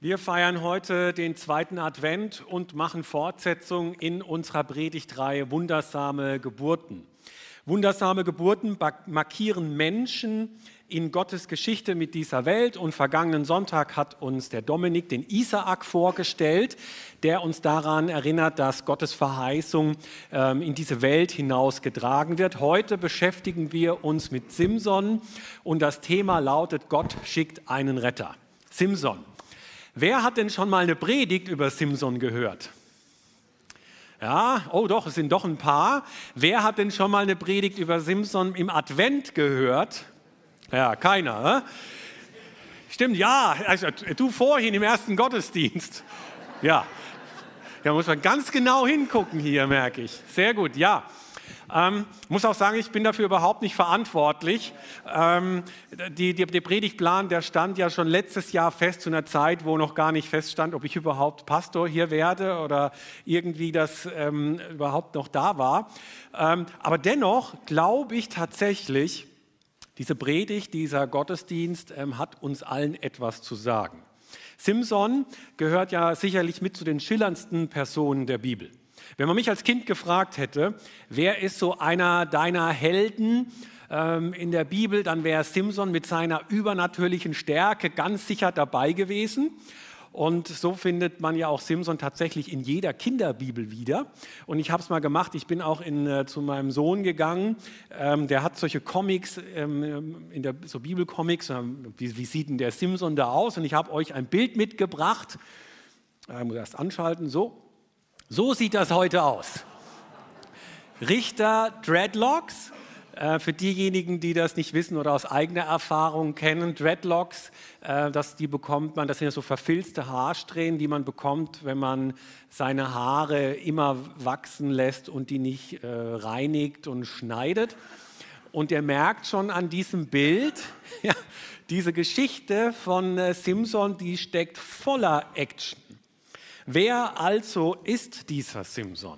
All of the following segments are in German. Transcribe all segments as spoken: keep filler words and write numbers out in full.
Wir feiern heute den zweiten Advent und machen Fortsetzung in unserer Predigtreihe Wundersame Geburten. Wundersame Geburten markieren Menschen in Gottes Geschichte mit dieser Welt. Und vergangenen Sonntag hat uns der Dominik den Isaak vorgestellt, der uns daran erinnert, dass Gottes Verheißung ähm, in diese Welt hinausgetragen wird. Heute beschäftigen wir uns mit Simson und das Thema lautet: Gott schickt einen Retter. Simson. Wer hat denn schon mal eine Predigt über Simson gehört? Ja, oh doch, es sind doch ein paar. Wer hat denn schon mal eine Predigt über Simson im Advent gehört? Ja, keiner. Äh? Stimmt, ja, also du vorhin im ersten Gottesdienst. Ja, da muss man ganz genau hingucken hier, merke ich. Sehr gut, ja. Ähm, muss auch sagen, ich bin dafür überhaupt nicht verantwortlich. Ähm, die, die, der Predigtplan, der stand ja schon letztes Jahr fest, zu einer Zeit, wo noch gar nicht feststand, ob ich überhaupt Pastor hier werde oder irgendwie das ähm, überhaupt noch da war. Ähm, aber dennoch glaube ich tatsächlich, diese Predigt, dieser Gottesdienst ähm, hat uns allen etwas zu sagen. Simson gehört ja sicherlich mit zu den schillerndsten Personen der Bibel. Wenn man mich als Kind gefragt hätte, wer ist so einer deiner Helden ähm, in der Bibel, dann wäre Simson mit seiner übernatürlichen Stärke ganz sicher dabei gewesen. Und so findet man ja auch Simson tatsächlich in jeder Kinderbibel wieder. Und ich habe es mal gemacht, ich bin auch in, äh, zu meinem Sohn gegangen, ähm, der hat solche Comics, ähm, in der, so Bibelcomics, ähm, wie, wie sieht denn der Simson da aus? Und ich habe euch ein Bild mitgebracht, ich äh, muss erst anschalten, so. So sieht das heute aus. Richter Dreadlocks, äh, für diejenigen, die das nicht wissen oder aus eigener Erfahrung kennen, Dreadlocks, äh, das, die bekommt man, das sind ja so verfilzte Haarsträhnen, die man bekommt, wenn man seine Haare immer wachsen lässt und die nicht äh, reinigt und schneidet. Und ihr merkt schon an diesem Bild, ja, diese Geschichte von äh, Simson, die steckt voller Action. Wer also ist dieser Simson?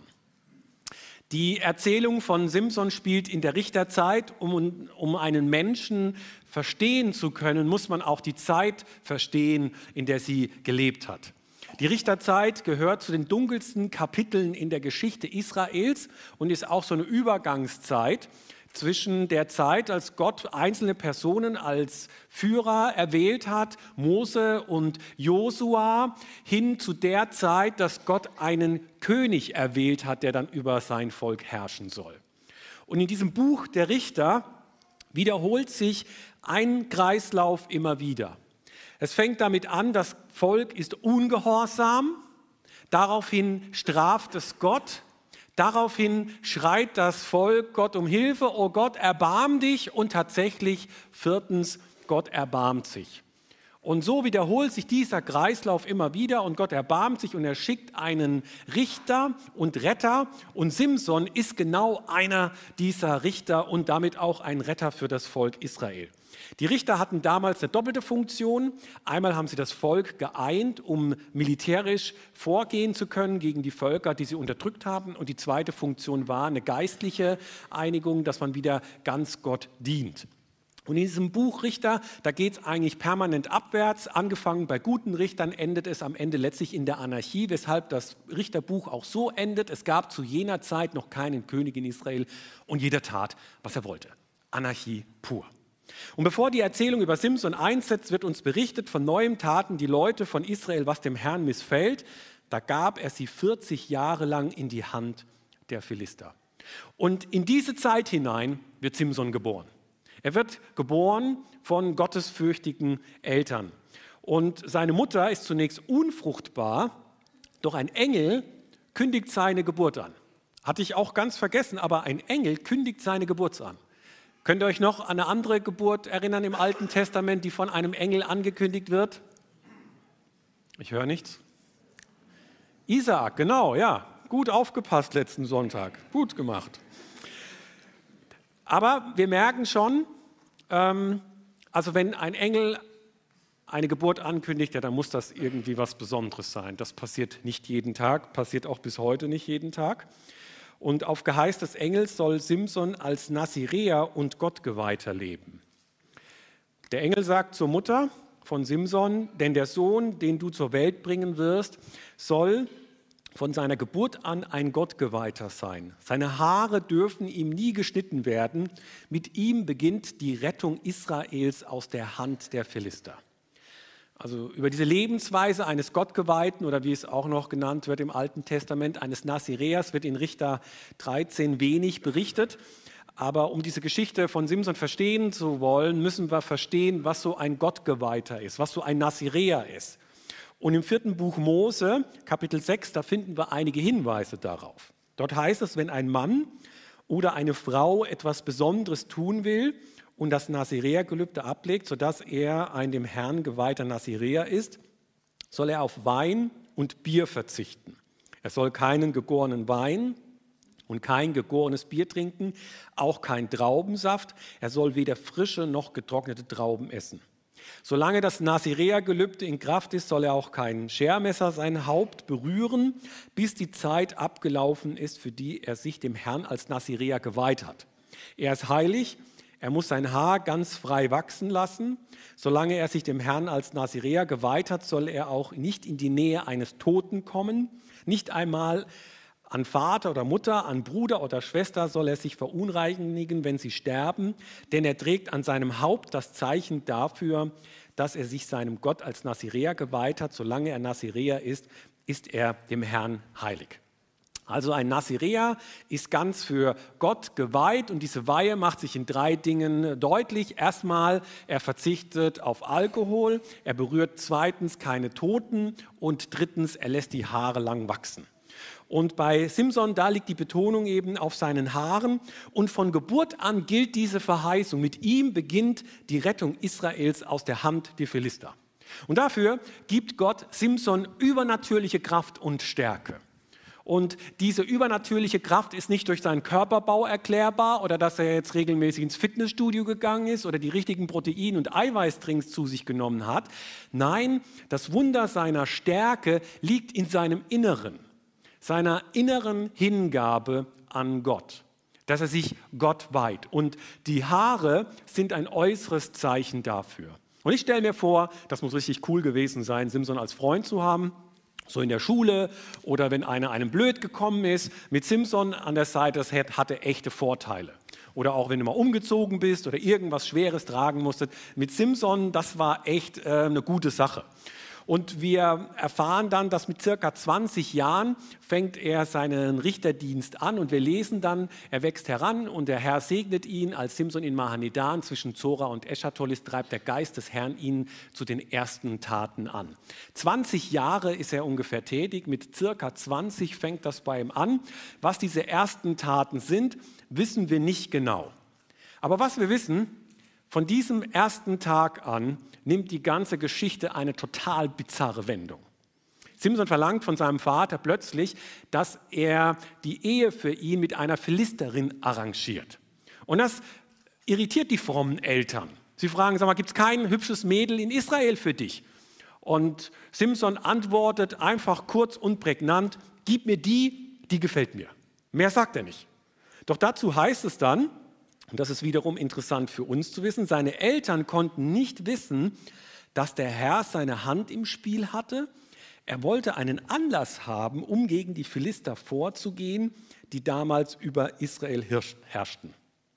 Die Erzählung von Simson spielt in der Richterzeit. Um, um einen Menschen verstehen zu können, muss man auch die Zeit verstehen, in der sie gelebt hat. Die Richterzeit gehört zu den dunkelsten Kapiteln in der Geschichte Israels und ist auch so eine Übergangszeit zwischen der Zeit, als Gott einzelne Personen als Führer erwählt hat, Mose und Josua, hin zu der Zeit, dass Gott einen König erwählt hat, der dann über sein Volk herrschen soll. Und in diesem Buch der Richter wiederholt sich ein Kreislauf immer wieder. Es fängt damit an, das Volk ist ungehorsam, daraufhin straft es Gott. Daraufhin schreit das Volk Gott um Hilfe, oh Gott, erbarm dich, und tatsächlich viertens, Gott erbarmt sich. Und so wiederholt sich dieser Kreislauf immer wieder und Gott erbarmt sich und er schickt einen Richter und Retter und Simson ist genau einer dieser Richter und damit auch ein Retter für das Volk Israel. Die Richter hatten damals eine doppelte Funktion. Einmal haben sie das Volk geeint, um militärisch vorgehen zu können gegen die Völker, die sie unterdrückt haben. Und die zweite Funktion war eine geistliche Einigung, dass man wieder ganz Gott dient. Und in diesem Buch Richter, da geht es eigentlich permanent abwärts. Angefangen bei guten Richtern, endet es am Ende letztlich in der Anarchie, weshalb das Richterbuch auch so endet. Es gab zu jener Zeit noch keinen König in Israel und jeder tat, was er wollte. Anarchie pur. Und bevor die Erzählung über Simson einsetzt, wird uns berichtet, von neuem taten die Leute von Israel, was dem Herrn missfällt. Da gab er sie vierzig Jahre lang in die Hand der Philister. Und in diese Zeit hinein wird Simson geboren. Er wird geboren von gottesfürchtigen Eltern. Und seine Mutter ist zunächst unfruchtbar, doch ein Engel kündigt seine Geburt an. Hatte ich auch ganz vergessen, aber ein Engel kündigt seine Geburt an. Könnt ihr euch noch an eine andere Geburt erinnern im Alten Testament, die von einem Engel angekündigt wird? Ich höre nichts. Isaak, genau, ja. Gut aufgepasst letzten Sonntag. Gut gemacht. Aber wir merken schon, ähm, also wenn ein Engel eine Geburt ankündigt, ja, dann muss das irgendwie was Besonderes sein. Das passiert nicht jeden Tag, passiert auch bis heute nicht jeden Tag. Und auf Geheiß des Engels soll Simson als Naziräer und Gottgeweihter leben. Der Engel sagt zur Mutter, von Simson, denn der Sohn, den du zur Welt bringen wirst, soll von seiner Geburt an ein Gottgeweihter sein. Seine Haare dürfen ihm nie geschnitten werden. Mit ihm beginnt die Rettung Israels aus der Hand der Philister. Also über diese Lebensweise eines Gottgeweihten oder wie es auch noch genannt wird im Alten Testament, eines Naziräers, wird in Richter dreizehn wenig berichtet. Aber um diese Geschichte von Simson verstehen zu wollen, müssen wir verstehen, was so ein Gottgeweihter ist, was so ein Naziräer ist. Und im vierten Buch Mose, Kapitel sechs, da finden wir einige Hinweise darauf. Dort heißt es, wenn ein Mann oder eine Frau etwas Besonderes tun will und das Naziräergelübde ablegt, sodass er ein dem Herrn geweihter Naziräer ist, soll er auf Wein und Bier verzichten. Er soll keinen gegorenen Wein und kein gegorenes Bier trinken, auch kein Traubensaft. Er soll weder frische noch getrocknete Trauben essen. Solange das Naziräergelübde in Kraft ist, soll er auch kein Schermesser sein Haupt berühren, bis die Zeit abgelaufen ist, für die er sich dem Herrn als Naziräer geweiht hat. Er ist heilig, er muss sein Haar ganz frei wachsen lassen. Solange er sich dem Herrn als Naziräer geweiht hat, soll er auch nicht in die Nähe eines Toten kommen, nicht einmal an Vater oder Mutter, an Bruder oder Schwester soll er sich verunreinigen, wenn sie sterben, denn er trägt an seinem Haupt das Zeichen dafür, dass er sich seinem Gott als Naziräer geweiht hat. Solange er Naziräer ist, ist er dem Herrn heilig. Also ein Naziräer ist ganz für Gott geweiht und diese Weihe macht sich in drei Dingen deutlich. Erstmal, er verzichtet auf Alkohol, er berührt zweitens keine Toten und drittens, er lässt die Haare lang wachsen. Und bei Simson, da liegt die Betonung eben auf seinen Haaren. Und von Geburt an gilt diese Verheißung. Mit ihm beginnt die Rettung Israels aus der Hand der Philister. Und dafür gibt Gott Simson übernatürliche Kraft und Stärke. Und diese übernatürliche Kraft ist nicht durch seinen Körperbau erklärbar oder dass er jetzt regelmäßig ins Fitnessstudio gegangen ist oder die richtigen Protein- und Eiweißtrinks zu sich genommen hat. Nein, das Wunder seiner Stärke liegt in seinem Inneren. Seiner inneren Hingabe an Gott, dass er sich Gott weiht. Und die Haare sind ein äußeres Zeichen dafür. Und ich stelle mir vor, das muss richtig cool gewesen sein, Simson als Freund zu haben, so in der Schule oder wenn einer einem blöd gekommen ist. Mit Simson an der Seite, das hatte echte Vorteile. Oder auch wenn du mal umgezogen bist oder irgendwas Schweres tragen musstet. Mit Simson, das war echt äh, eine gute Sache. Und wir erfahren dann, dass mit circa zwanzig Jahren fängt er seinen Richterdienst an und wir lesen dann, er wächst heran und der Herr segnet ihn, als Simson in Mahanidan zwischen Zora und Eschatolis treibt der Geist des Herrn ihn zu den ersten Taten an. zwanzig Jahre ist er ungefähr tätig, mit circa zwanzig fängt das bei ihm an. Was diese ersten Taten sind, wissen wir nicht genau. Aber was wir wissen, von diesem ersten Tag an nimmt die ganze Geschichte eine total bizarre Wendung. Simson verlangt von seinem Vater plötzlich, dass er die Ehe für ihn mit einer Philisterin arrangiert. Und das irritiert die frommen Eltern. Sie fragen, sag mal, gibt es kein hübsches Mädel in Israel für dich? Und Simson antwortet einfach kurz und prägnant, gib mir die, die gefällt mir. Mehr sagt er nicht. Doch dazu heißt es dann, und das ist wiederum interessant für uns zu wissen, seine Eltern konnten nicht wissen, dass der Herr seine Hand im Spiel hatte. Er wollte einen Anlass haben, um gegen die Philister vorzugehen, die damals über Israel herrschten.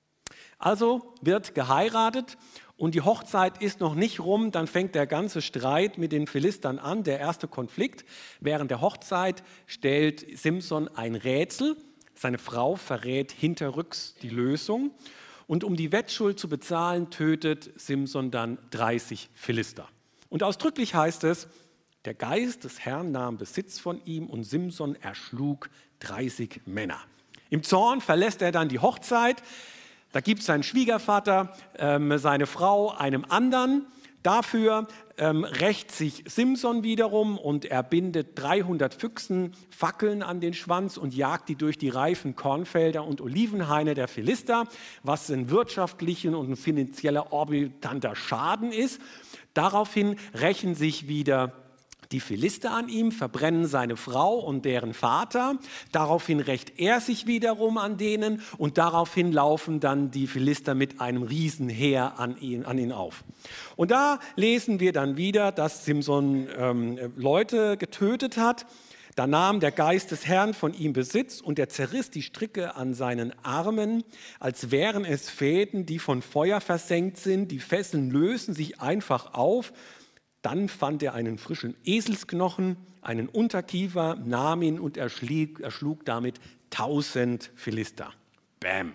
Also wird geheiratet und die Hochzeit ist noch nicht rum, dann fängt der ganze Streit mit den Philistern an, der erste Konflikt. Während der Hochzeit stellt Simson ein Rätsel, seine Frau verrät hinterrücks die Lösung. Und um die Wettschuld zu bezahlen, tötet Simson dann dreißig Philister. Und ausdrücklich heißt es, der Geist des Herrn nahm Besitz von ihm und Simson erschlug dreißig Männer. Im Zorn verlässt er dann die Hochzeit. Da gibt seinen Schwiegervater, ähm, seine Frau einem anderen. Dafür ähm, rächt sich Simson wiederum und er bindet dreihundert Füchsen Fackeln an den Schwanz und jagt die durch die reifen Kornfelder und Olivenhaine der Philister, was ein wirtschaftlicher und ein finanzieller orbitanter Schaden ist. Daraufhin rächen sich wieder die Philister an ihm, verbrennen seine Frau und deren Vater. Daraufhin rächt er sich wiederum an denen und daraufhin laufen dann die Philister mit einem Riesenheer an ihn, an ihn auf. Und da lesen wir dann wieder, dass Simson ähm, Leute getötet hat. Da nahm der Geist des Herrn von ihm Besitz und er zerriss die Stricke an seinen Armen, als wären es Fäden, die von Feuer versenkt sind. Die Fesseln lösen sich einfach auf. Dann fand er einen frischen Eselsknochen, einen Unterkiefer, nahm ihn und erschlug, erschlug damit tausend Philister. Bäm.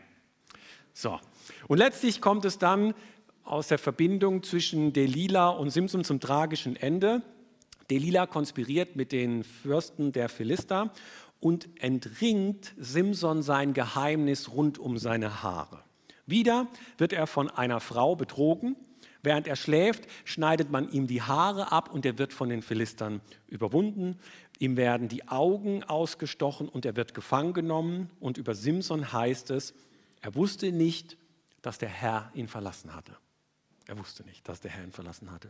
So. Und letztlich kommt es dann aus der Verbindung zwischen Delila und Simson zum tragischen Ende. Delila konspiriert mit den Fürsten der Philister und entringt Simson sein Geheimnis rund um seine Haare. Wieder wird er von einer Frau betrogen. Während er schläft, schneidet man ihm die Haare ab und er wird von den Philistern überwunden. Ihm werden die Augen ausgestochen und er wird gefangen genommen. Und über Simson heißt es, er wusste nicht, dass der Herr ihn verlassen hatte. Er wusste nicht, dass der Herr ihn verlassen hatte.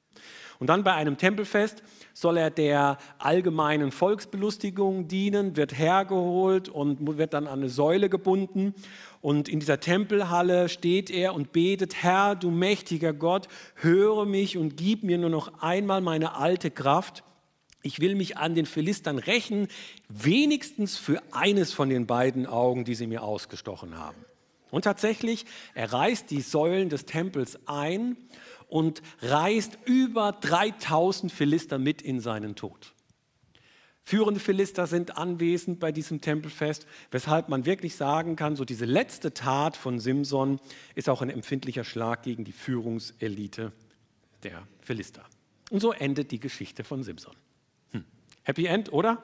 Und dann bei einem Tempelfest soll er der allgemeinen Volksbelustigung dienen, wird hergeholt und wird dann an eine Säule gebunden. Und in dieser Tempelhalle steht er und betet, Herr, du mächtiger Gott, höre mich und gib mir nur noch einmal meine alte Kraft. Ich will mich an den Philistern rächen, wenigstens für eines von den beiden Augen, die sie mir ausgestochen haben. Und tatsächlich, er reißt die Säulen des Tempels ein und reißt über dreitausend Philister mit in seinen Tod. Führende Philister sind anwesend bei diesem Tempelfest, weshalb man wirklich sagen kann, so diese letzte Tat von Simson ist auch ein empfindlicher Schlag gegen die Führungselite der Philister. Und so endet die Geschichte von Simson. Hm. Happy End, oder?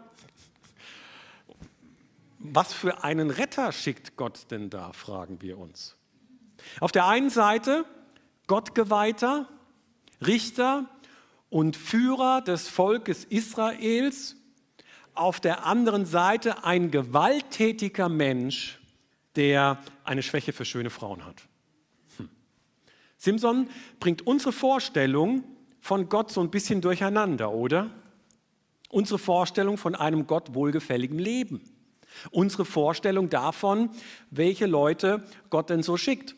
Was für einen Retter schickt Gott denn da, fragen wir uns. Auf der einen Seite Gottgeweihter, Richter und Führer des Volkes Israels, auf der anderen Seite ein gewalttätiger Mensch, der eine Schwäche für schöne Frauen hat. Hm. Simson bringt unsere Vorstellung von Gott so ein bisschen durcheinander, oder? Unsere Vorstellung von einem Gott wohlgefälligen Leben. Unsere Vorstellung davon, welche Leute Gott denn so schickt.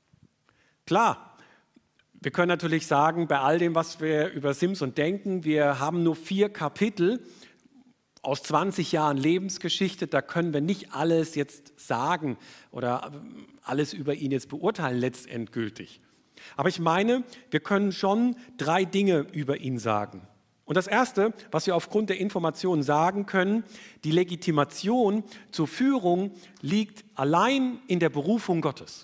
Klar, wir können natürlich sagen, bei all dem, was wir über Simson denken, wir haben nur vier Kapitel aus zwanzig Jahren Lebensgeschichte, da können wir nicht alles jetzt sagen oder alles über ihn jetzt beurteilen letztendgültig. Aber ich meine, wir können schon drei Dinge über ihn sagen. Und das Erste, was wir aufgrund der Informationen sagen können, die Legitimation zur Führung liegt allein in der Berufung Gottes.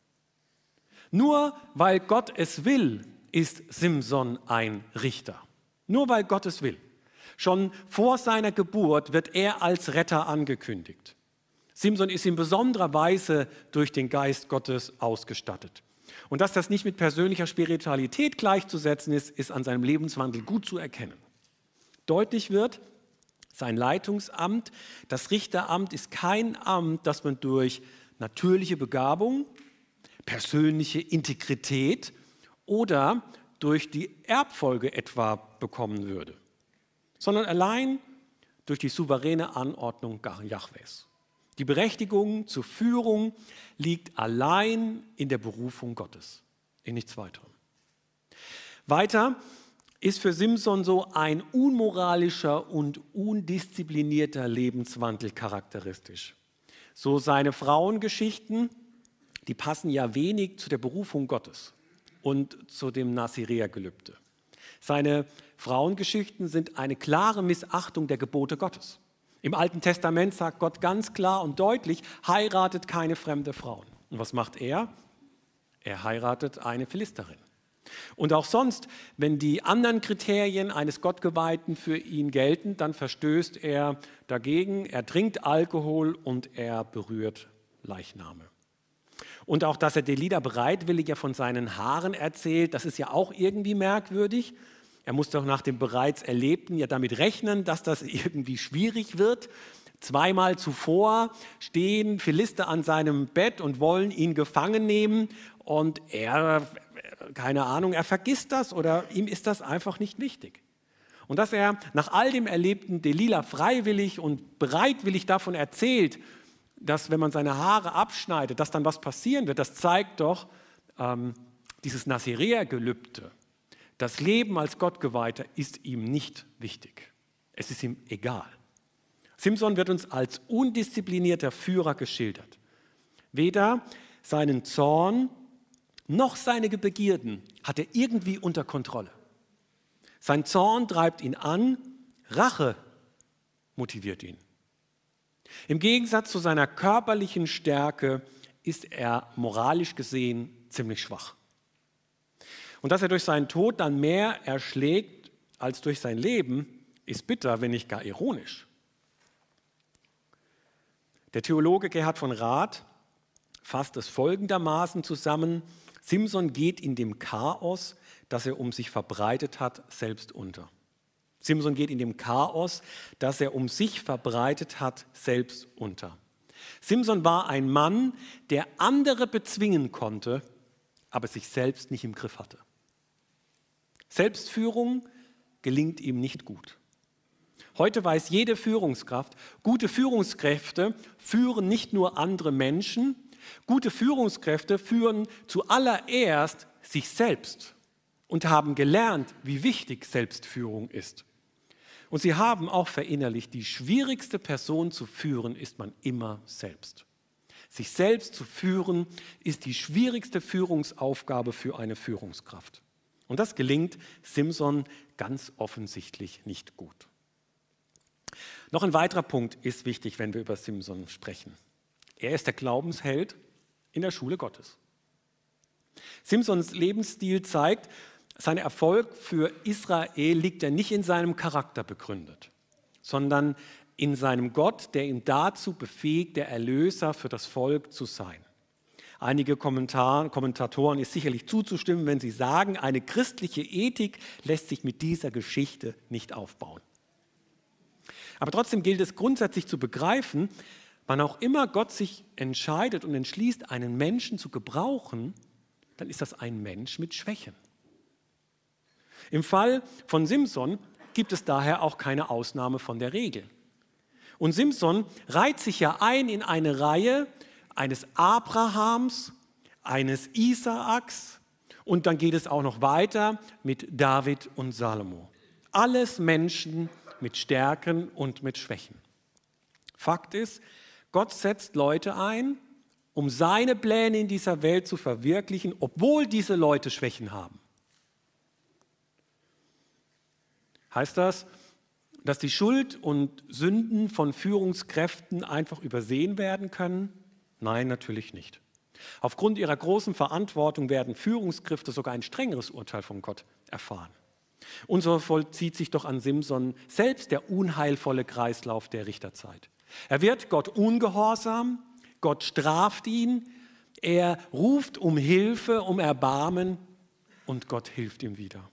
Nur weil Gott es will, ist Simson ein Richter. Nur weil Gott es will. Schon vor seiner Geburt wird er als Retter angekündigt. Simson ist in besonderer Weise durch den Geist Gottes ausgestattet. Und dass das nicht mit persönlicher Spiritualität gleichzusetzen ist, ist an seinem Lebenswandel gut zu erkennen. Deutlich wird, sein Leitungsamt, das Richteramt, ist kein Amt, das man durch natürliche Begabung, persönliche Integrität oder durch die Erbfolge etwa bekommen würde, sondern allein durch die souveräne Anordnung Jahwes. Die Berechtigung zur Führung liegt allein in der Berufung Gottes, in nichts weiterem. Weiter ist für Simson so ein unmoralischer und undisziplinierter Lebenswandel charakteristisch. So seine Frauengeschichten, die passen ja wenig zu der Berufung Gottes und zu dem Naziräergelübde. Seine Frauengeschichten sind eine klare Missachtung der Gebote Gottes. Im Alten Testament sagt Gott ganz klar und deutlich, heiratet keine fremde Frauen. Und was macht er? Er heiratet eine Philisterin. Und auch sonst, wenn die anderen Kriterien eines Gottgeweihten für ihn gelten, dann verstößt er dagegen, er trinkt Alkohol und er berührt Leichname. Und auch, dass er Delila bereitwillig von seinen Haaren erzählt, das ist ja auch irgendwie merkwürdig. Er muss doch nach dem bereits Erlebten ja damit rechnen, dass das irgendwie schwierig wird. Zweimal zuvor stehen Philister an seinem Bett und wollen ihn gefangen nehmen und er, keine Ahnung, er vergisst das oder ihm ist das einfach nicht wichtig. Und dass er nach all dem Erlebten Delila freiwillig und bereitwillig davon erzählt, dass wenn man seine Haare abschneidet, dass dann was passieren wird, das zeigt doch ähm, dieses Naziräer-Gelübde. Das Leben als Gottgeweihter ist ihm nicht wichtig. Es ist ihm egal. Simson wird uns als undisziplinierter Führer geschildert. Weder seinen Zorn noch seine Begierden hat er irgendwie unter Kontrolle. Sein Zorn treibt ihn an, Rache motiviert ihn. Im Gegensatz zu seiner körperlichen Stärke ist er moralisch gesehen ziemlich schwach. Und dass er durch seinen Tod dann mehr erschlägt als durch sein Leben, ist bitter, wenn nicht gar ironisch. Der Theologe Gerhard von Rath fasst es folgendermaßen zusammen: Simson geht in dem Chaos, das er um sich verbreitet hat, selbst unter. Simson geht in dem Chaos, das er um sich verbreitet hat, selbst unter. Simson war ein Mann, der andere bezwingen konnte, aber sich selbst nicht im Griff hatte. Selbstführung gelingt ihm nicht gut. Heute weiß jede Führungskraft, gute Führungskräfte führen nicht nur andere Menschen, gute Führungskräfte führen zuallererst sich selbst und haben gelernt, wie wichtig Selbstführung ist. Und sie haben auch verinnerlicht, die schwierigste Person zu führen ist man immer selbst. Sich selbst zu führen ist die schwierigste Führungsaufgabe für eine Führungskraft. Und das gelingt Simson ganz offensichtlich nicht gut. Noch ein weiterer Punkt ist wichtig, wenn wir über Simson sprechen. Er ist der Glaubensheld in der Schule Gottes. Simsons Lebensstil zeigt, sein Erfolg für Israel liegt ja nicht in seinem Charakter begründet, sondern in seinem Gott, der ihn dazu befähigt, der Erlöser für das Volk zu sein. Einige Kommentar, Kommentatoren ist sicherlich zuzustimmen, wenn sie sagen, eine christliche Ethik lässt sich mit dieser Geschichte nicht aufbauen. Aber trotzdem gilt es grundsätzlich zu begreifen, wann auch immer Gott sich entscheidet und entschließt, einen Menschen zu gebrauchen, dann ist das ein Mensch mit Schwächen. Im Fall von Simson gibt es daher auch keine Ausnahme von der Regel. Und Simson reiht sich ja ein in eine Reihe eines Abrahams, eines Isaaks und dann geht es auch noch weiter mit David und Salomo. Alles Menschen mit Stärken und mit Schwächen. Fakt ist, Gott setzt Leute ein, um seine Pläne in dieser Welt zu verwirklichen, obwohl diese Leute Schwächen haben. Heißt das, dass die Schuld und Sünden von Führungskräften einfach übersehen werden können? Nein, natürlich nicht. Aufgrund ihrer großen Verantwortung werden Führungskräfte sogar ein strengeres Urteil von Gott erfahren. Und so vollzieht sich doch an Simson selbst der unheilvolle Kreislauf der Richterzeit. Er wird Gott ungehorsam, Gott straft ihn, er ruft um Hilfe, um Erbarmen und Gott hilft ihm wieder.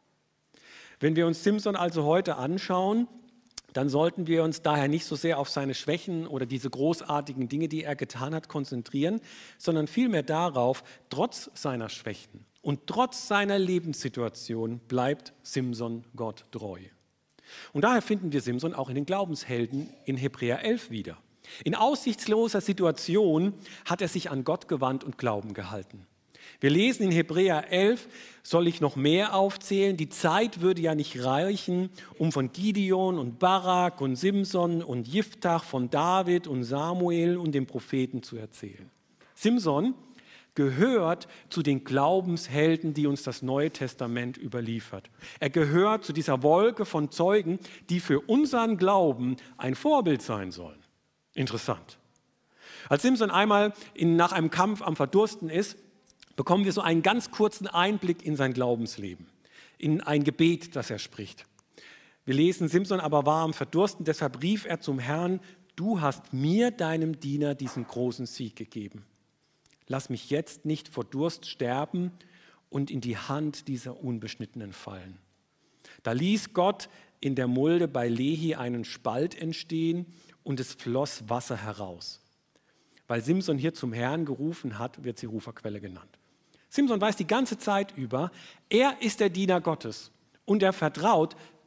Wenn wir uns Simson also heute anschauen, dann sollten wir uns daher nicht so sehr auf seine Schwächen oder diese großartigen Dinge, die er getan hat, konzentrieren, sondern vielmehr darauf, trotz seiner Schwächen und trotz seiner Lebenssituation bleibt Simson Gott treu. Und daher finden wir Simson auch in den Glaubenshelden in Hebräer elf wieder. In aussichtsloser Situation hat er sich an Gott gewandt und Glauben gehalten. Wir lesen in Hebräer elf, soll ich noch mehr aufzählen? Die Zeit würde ja nicht reichen, um von Gideon und Barak und Simson und Jiftach, von David und Samuel und den Propheten zu erzählen. Simson gehört zu den Glaubenshelden, die uns das Neue Testament überliefert. Er gehört zu dieser Wolke von Zeugen, die für unseren Glauben ein Vorbild sein sollen. Interessant. Als Simson einmal in, nach einem Kampf am Verdursten ist, bekommen wir so einen ganz kurzen Einblick in sein Glaubensleben, in ein Gebet, das er spricht. Wir lesen, Simson aber war am Verdursten, deshalb rief er zum Herrn, du hast mir, deinem Diener, diesen großen Sieg gegeben. Lass mich jetzt nicht vor Durst sterben und in die Hand dieser Unbeschnittenen fallen. Da ließ Gott in der Mulde bei Lehi einen Spalt entstehen und es floss Wasser heraus. Weil Simson hier zum Herrn gerufen hat, wird sie Ruferquelle genannt. Simson weiß die ganze Zeit über, er ist der Diener Gottes und er vertraut,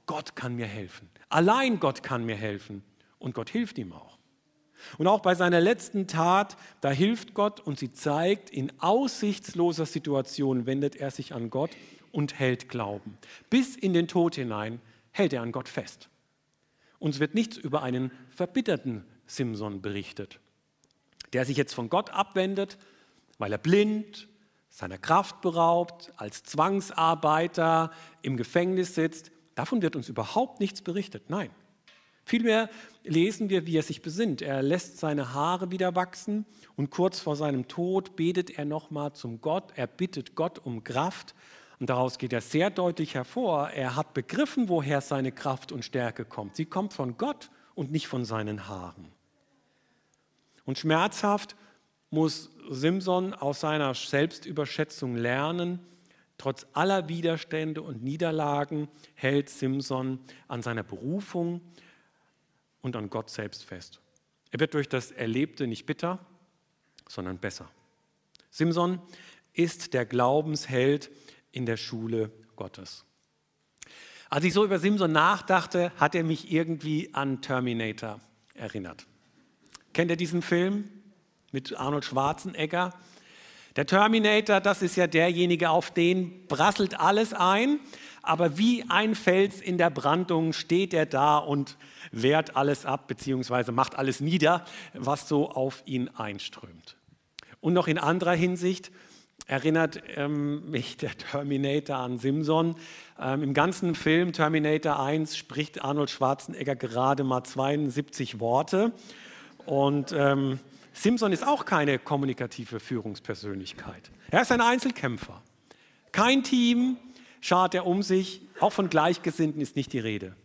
Gott kann mir helfen. Allein Gott kann mir helfen. Und Gott hilft ihm auch. Und auch bei seiner letzten Tat, da hilft Gott und sie zeigt, in aussichtsloser Situation wendet er sich an Gott und hält Glauben. Bis in den Tod hinein hält er an Gott fest. Uns wird nichts über einen verbitterten Simson berichtet, der sich jetzt von Gott abwendet, weil er blind, seiner Kraft beraubt, als Zwangsarbeiter im Gefängnis sitzt. Davon wird uns überhaupt nichts berichtet. Nein. Vielmehr lesen wir, wie er sich besinnt. Er lässt seine Haare wieder wachsen und kurz vor seinem Tod betet er nochmal zum Gott. Er bittet Gott um Kraft und daraus geht er sehr deutlich hervor. Er hat begriffen, woher seine Kraft und Stärke kommt. Sie kommt von Gott und nicht von seinen Haaren. Und schmerzhaft muss Simson aus seiner Selbstüberschätzung lernen. Trotz aller Widerstände und Niederlagen hält Simson an seiner Berufung und an Gott selbst fest. Er wird durch das Erlebte nicht bitter, sondern besser. Simson ist der Glaubensheld in der Schule Gottes. Als ich so über Simson nachdachte, hat er mich irgendwie an Terminator erinnert. Kennt ihr diesen Film mit Arnold Schwarzenegger? Der Terminator, das ist ja derjenige, auf den prasselt alles ein, aber wie ein Fels in der Brandung steht er da und wehrt alles ab, beziehungsweise macht alles nieder, was so auf ihn einströmt. Und noch in anderer Hinsicht erinnert ähm, mich der Terminator an Simson. Ähm, Im ganzen Film Terminator eins spricht Arnold Schwarzenegger gerade mal zweiundsiebzig Worte. Und ähm, Simson ist auch keine kommunikative Führungspersönlichkeit. Er ist ein Einzelkämpfer. Kein Team, schaut er um sich, auch von Gleichgesinnten ist nicht die Rede.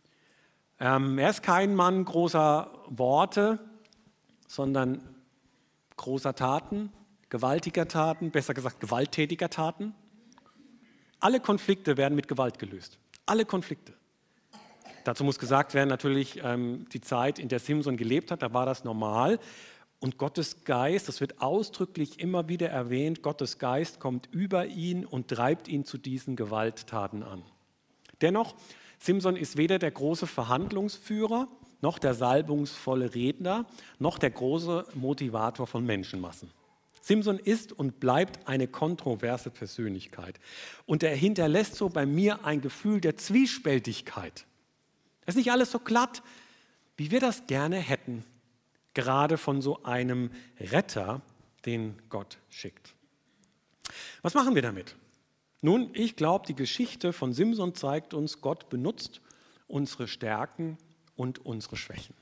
Ähm, er ist kein Mann großer Worte, sondern großer Taten, gewaltiger Taten, besser gesagt gewalttätiger Taten. Alle Konflikte werden mit Gewalt gelöst. Alle Konflikte. Dazu muss gesagt werden, natürlich ähm, die Zeit, in der Simson gelebt hat, da war das normal. Und Gottes Geist, das wird ausdrücklich immer wieder erwähnt, Gottes Geist kommt über ihn und treibt ihn zu diesen Gewalttaten an. Dennoch, Simson ist weder der große Verhandlungsführer, noch der salbungsvolle Redner, noch der große Motivator von Menschenmassen. Simson ist und bleibt eine kontroverse Persönlichkeit. Und er hinterlässt so bei mir ein Gefühl der Zwiespältigkeit. Es ist nicht alles so glatt, wie wir das gerne hätten, gerade von so einem Retter, den Gott schickt. Was machen wir damit? Nun, ich glaube, die Geschichte von Simson zeigt uns, Gott benutzt unsere Stärken und unsere Schwächen.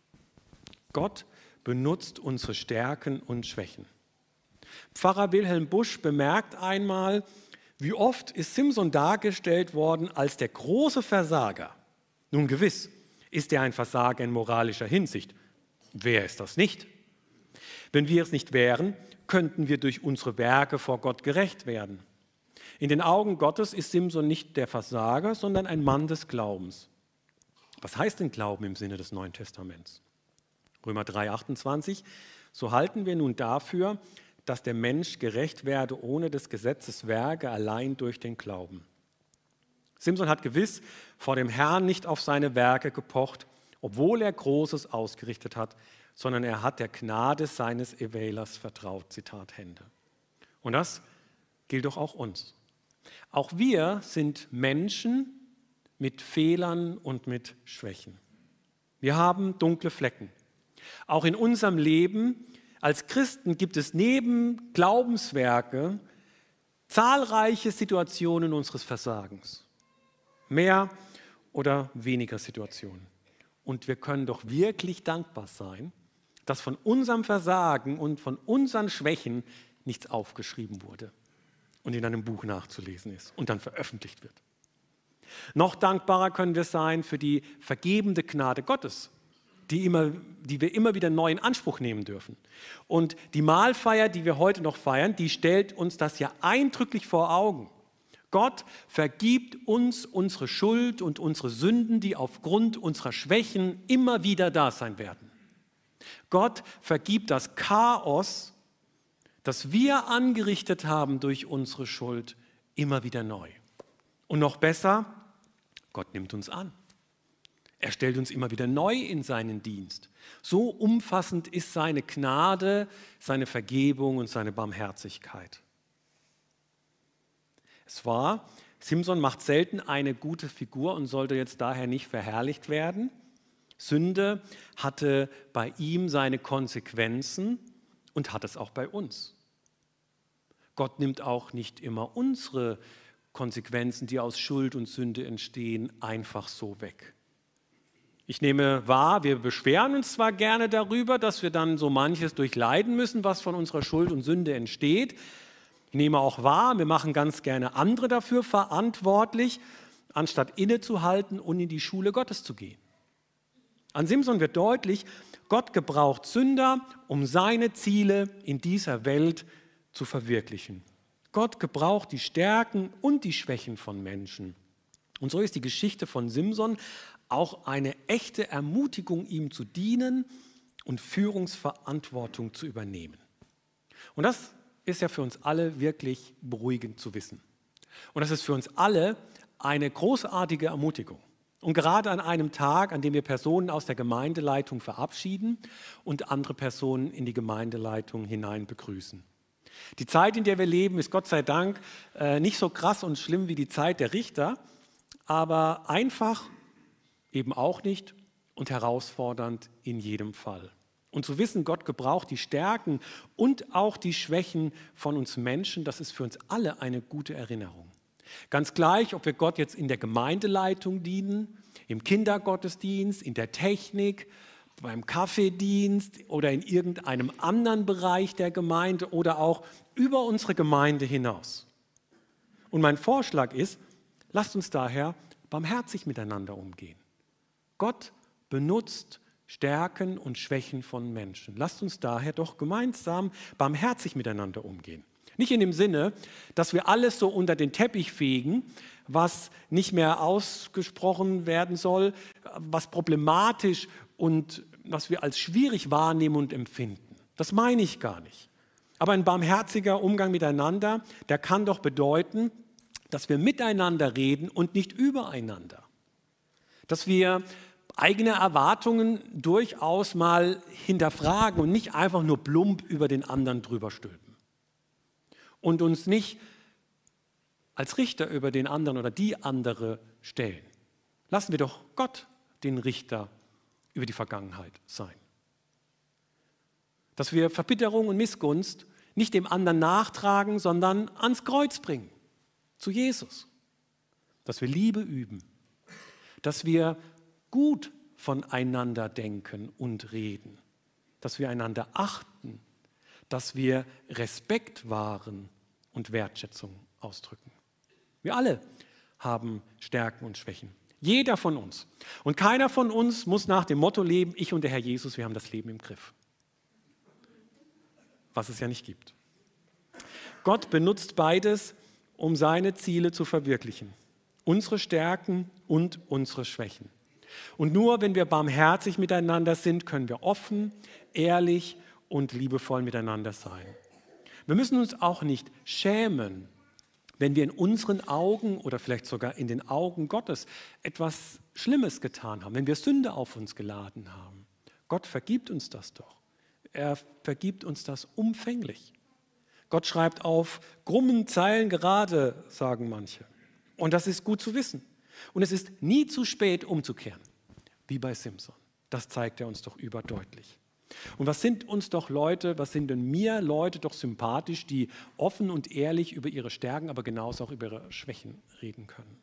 Gott benutzt unsere Stärken und Schwächen. Pfarrer Wilhelm Busch bemerkt einmal, wie oft ist Simson dargestellt worden als der große Versager. Nun gewiss ist er ein Versager in moralischer Hinsicht. Wer ist das nicht? Wenn wir es nicht wären, könnten wir durch unsere Werke vor Gott gerecht werden. In den Augen Gottes ist Simson nicht der Versager, sondern ein Mann des Glaubens. Was heißt denn Glauben im Sinne des Neuen Testaments? Römer drei, achtundzwanzig. So halten wir nun dafür, dass der Mensch gerecht werde ohne des Gesetzes Werke, allein durch den Glauben. Simson hat gewiss vor dem Herrn nicht auf seine Werke gepocht, obwohl er Großes ausgerichtet hat, sondern er hat der Gnade seines Erwählers vertraut. Zitat Ende. Und das gilt doch auch uns. Auch wir sind Menschen mit Fehlern und mit Schwächen. Wir haben dunkle Flecken. Auch in unserem Leben als Christen gibt es neben Glaubenswerke zahlreiche Situationen unseres Versagens. Mehr oder weniger Situationen. Und wir können doch wirklich dankbar sein, dass von unserem Versagen und von unseren Schwächen nichts aufgeschrieben wurde und in einem Buch nachzulesen ist und dann veröffentlicht wird. Noch dankbarer können wir sein für die vergebende Gnade Gottes, die, immer, die wir immer wieder neu in Anspruch nehmen dürfen. Und die Mahlfeier, die wir heute noch feiern, die stellt uns das ja eindrücklich vor Augen. Gott vergibt uns unsere Schuld und unsere Sünden, die aufgrund unserer Schwächen immer wieder da sein werden. Gott vergibt das Chaos, das wir angerichtet haben durch unsere Schuld, immer wieder neu. Und noch besser, Gott nimmt uns an. Er stellt uns immer wieder neu in seinen Dienst. So umfassend ist seine Gnade, seine Vergebung und seine Barmherzigkeit. Es war, Simson macht selten eine gute Figur und sollte jetzt daher nicht verherrlicht werden. Sünde hatte bei ihm seine Konsequenzen und hat es auch bei uns. Gott nimmt auch nicht immer unsere Konsequenzen, die aus Schuld und Sünde entstehen, einfach so weg. Ich nehme wahr, wir beschweren uns zwar gerne darüber, dass wir dann so manches durchleiden müssen, was von unserer Schuld und Sünde entsteht. Ich nehme auch wahr, wir machen ganz gerne andere dafür verantwortlich, anstatt innezuhalten und in die Schule Gottes zu gehen. An Simson wird deutlich, Gott gebraucht Sünder, um seine Ziele in dieser Welt zu verwirklichen. Gott gebraucht die Stärken und die Schwächen von Menschen. Und so ist die Geschichte von Simson auch eine echte Ermutigung, ihm zu dienen und Führungsverantwortung zu übernehmen. Und das ist ja für uns alle wirklich beruhigend zu wissen. Und das ist für uns alle eine großartige Ermutigung. Und gerade an einem Tag, an dem wir Personen aus der Gemeindeleitung verabschieden und andere Personen in die Gemeindeleitung hinein begrüßen. Die Zeit, in der wir leben, ist Gott sei Dank äh, nicht so krass und schlimm wie die Zeit der Richter, aber einfach eben auch nicht und herausfordernd in jedem Fall. Und zu wissen, Gott gebraucht die Stärken und auch die Schwächen von uns Menschen, das ist für uns alle eine gute Erinnerung. Ganz gleich, ob wir Gott jetzt in der Gemeindeleitung dienen, im Kindergottesdienst, in der Technik, beim Kaffeedienst oder in irgendeinem anderen Bereich der Gemeinde oder auch über unsere Gemeinde hinaus. Und mein Vorschlag ist, lasst uns daher barmherzig miteinander umgehen. Gott benutzt Stärken und Schwächen von Menschen. Lasst uns daher doch gemeinsam barmherzig miteinander umgehen. Nicht in dem Sinne, dass wir alles so unter den Teppich fegen, was nicht mehr ausgesprochen werden soll, was problematisch und was wir als schwierig wahrnehmen und empfinden. Das meine ich gar nicht. Aber ein barmherziger Umgang miteinander, der kann doch bedeuten, dass wir miteinander reden und nicht übereinander. Dass wir eigene Erwartungen durchaus mal hinterfragen und nicht einfach nur plump über den anderen drüber stülpen. Und uns nicht als Richter über den anderen oder die andere stellen. Lassen wir doch Gott den Richter über die Vergangenheit sein. Dass wir Verbitterung und Missgunst nicht dem anderen nachtragen, sondern ans Kreuz bringen, zu Jesus. Dass wir Liebe üben, dass wir gut voneinander denken und reden, dass wir einander achten, dass wir Respekt wahren und Wertschätzung ausdrücken. Wir alle haben Stärken und Schwächen. Jeder von uns. Und keiner von uns muss nach dem Motto leben, ich und der Herr Jesus, wir haben das Leben im Griff. Was es ja nicht gibt. Gott benutzt beides, um seine Ziele zu verwirklichen. Unsere Stärken und unsere Schwächen. Und nur wenn wir barmherzig miteinander sind, können wir offen, ehrlich und liebevoll miteinander sein. Wir müssen uns auch nicht schämen, wenn wir in unseren Augen oder vielleicht sogar in den Augen Gottes etwas Schlimmes getan haben, wenn wir Sünde auf uns geladen haben. Gott vergibt uns das doch. Er vergibt uns das umfänglich. Gott schreibt auf krummen Zeilen gerade, sagen manche. Und das ist gut zu wissen. Und es ist nie zu spät umzukehren, wie bei Simson. Das zeigt er uns doch überdeutlich. Und was sind uns doch Leute, was sind denn mir Leute doch sympathisch, die offen und ehrlich über ihre Stärken, aber genauso auch über ihre Schwächen reden können.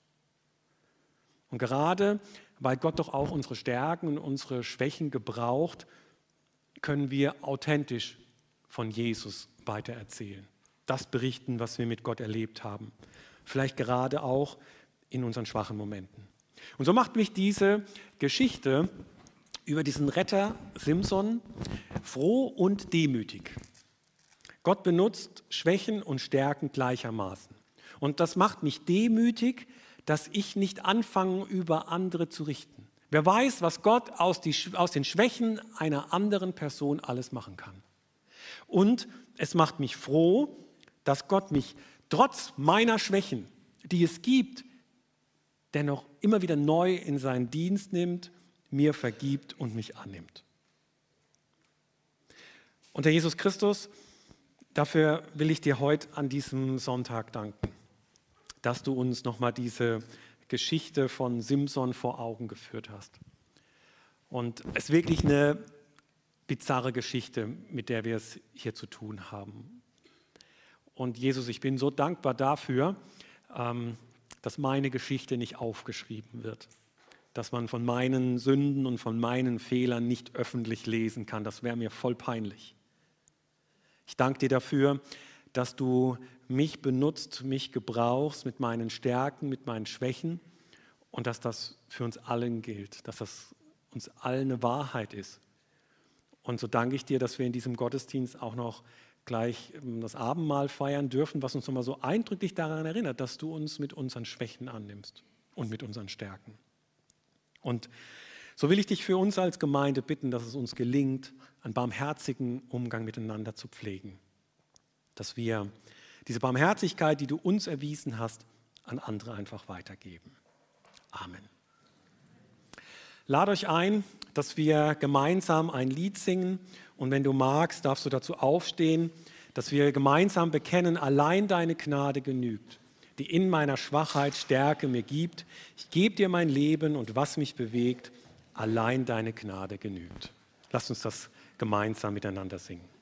Und gerade weil Gott doch auch unsere Stärken und unsere Schwächen gebraucht, können wir authentisch von Jesus weitererzählen. Das berichten, was wir mit Gott erlebt haben. Vielleicht gerade auch in unseren schwachen Momenten. Und so macht mich diese Geschichte über diesen Retter Simson froh und demütig. Gott benutzt Schwächen und Stärken gleichermaßen. Und das macht mich demütig, dass ich nicht anfange, über andere zu richten. Wer weiß, was Gott aus, die, aus den Schwächen einer anderen Person alles machen kann. Und es macht mich froh, dass Gott mich trotz meiner Schwächen, die es gibt, dennoch immer wieder neu in seinen Dienst nimmt, mir vergibt und mich annimmt. Und Herr Jesus Christus, dafür will ich dir heute an diesem Sonntag danken, dass du uns nochmal diese Geschichte von Simson vor Augen geführt hast. Und es ist wirklich eine bizarre Geschichte, mit der wir es hier zu tun haben. Und Jesus, ich bin so dankbar dafür, dass meine Geschichte nicht aufgeschrieben wird, dass man von meinen Sünden und von meinen Fehlern nicht öffentlich lesen kann. Das wäre mir voll peinlich. Ich danke dir dafür, dass du mich benutzt, mich gebrauchst mit meinen Stärken, mit meinen Schwächen und dass das für uns allen gilt, dass das uns allen eine Wahrheit ist. Und so danke ich dir, dass wir in diesem Gottesdienst auch noch gleich das Abendmahl feiern dürfen, was uns nochmal so eindrücklich daran erinnert, dass du uns mit unseren Schwächen annimmst und mit unseren Stärken. Und so will ich dich für uns als Gemeinde bitten, dass es uns gelingt, einen barmherzigen Umgang miteinander zu pflegen. Dass wir diese Barmherzigkeit, die du uns erwiesen hast, an andere einfach weitergeben. Amen. Lade euch ein, dass wir gemeinsam ein Lied singen und wenn du magst, darfst du dazu aufstehen, dass wir gemeinsam bekennen, allein deine Gnade genügt, die in meiner Schwachheit Stärke mir gibt. Ich gebe dir mein Leben und was mich bewegt, allein deine Gnade genügt. Lasst uns das gemeinsam miteinander singen.